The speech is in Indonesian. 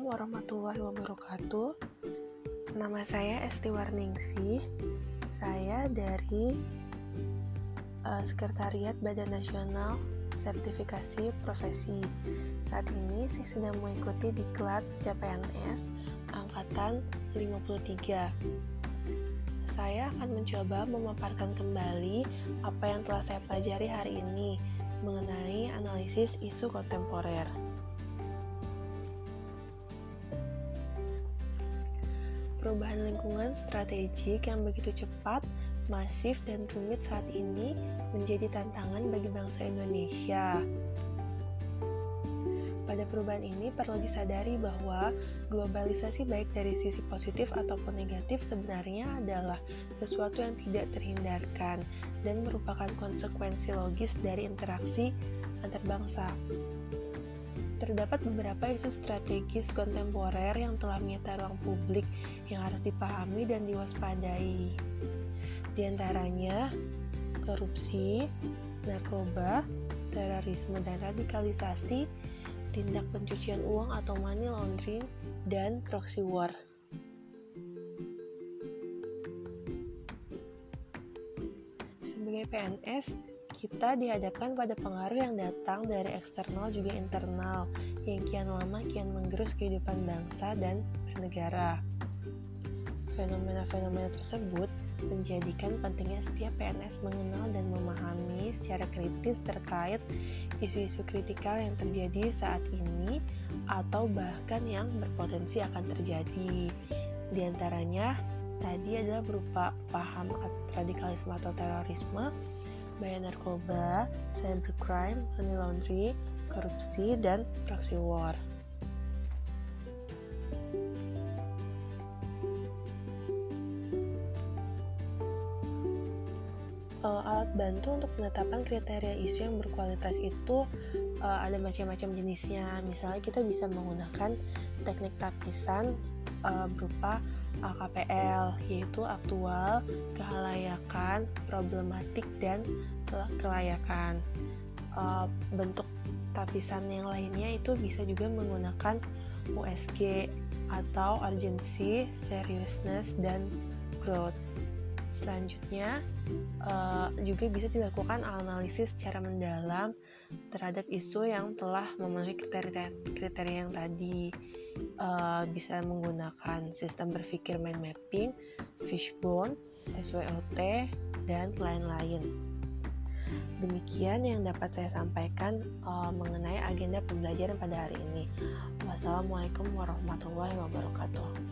warahmatullahi wabarakatuh. Nama saya Esti Warningsih. Saya dari Sekretariat Badan Nasional Sertifikasi Profesi. Saat ini saya sedang mengikuti diklat CPNS Angkatan 53. Saya akan mencoba memaparkan kembali apa yang telah saya pelajari hari ini mengenai analisis isu kontemporer. Perubahan lingkungan strategik yang begitu cepat, masif, dan rumit saat ini menjadi tantangan bagi bangsa Indonesia. Pada perubahan ini perlu disadari bahwa globalisasi baik dari sisi positif ataupun negatif sebenarnya adalah sesuatu yang tidak terhindarkan dan merupakan konsekuensi logis dari interaksi antar bangsa. Terdapat beberapa isu strategis kontemporer yang telah menyita ruang publik yang harus dipahami dan diwaspadai. Di antaranya, korupsi, narkoba, terorisme dan radikalisasi, tindak pencucian uang atau money laundering, dan proxy war. Sebagai PNS, kita dihadapkan pada pengaruh yang datang dari eksternal juga internal, yang kian lama kian menggerus kehidupan bangsa dan bernegara. Fenomena-fenomena tersebut menjadikan pentingnya setiap PNS mengenal dan memahami secara kritis terkait isu-isu kritikal yang terjadi saat ini atau bahkan yang berpotensi akan terjadi. Di antaranya, tadi adalah berupa paham radikalisme atau terorisme, bahaya narkoba, cybercrime, money laundering, korupsi, dan proxy war. Alat bantu untuk penetapan kriteria isu yang berkualitas itu ada macam-macam jenisnya. Misalnya kita bisa menggunakan teknik tapisan berupa AKPL, yaitu aktual, kehalayakan, problematik, dan kelayakan. Bentuk tapisan yang lainnya itu bisa juga menggunakan USG atau urgency, seriousness, dan growth. Selanjutnya juga bisa dilakukan analisis secara mendalam terhadap isu yang telah memenuhi kriteria yang tadi. Bisa menggunakan sistem berpikir mind mapping, fishbone, SWOT, dan lain-lain. Demikian yang dapat saya sampaikan mengenai agenda pembelajaran pada hari ini. Wassalamualaikum warahmatullahi wabarakatuh.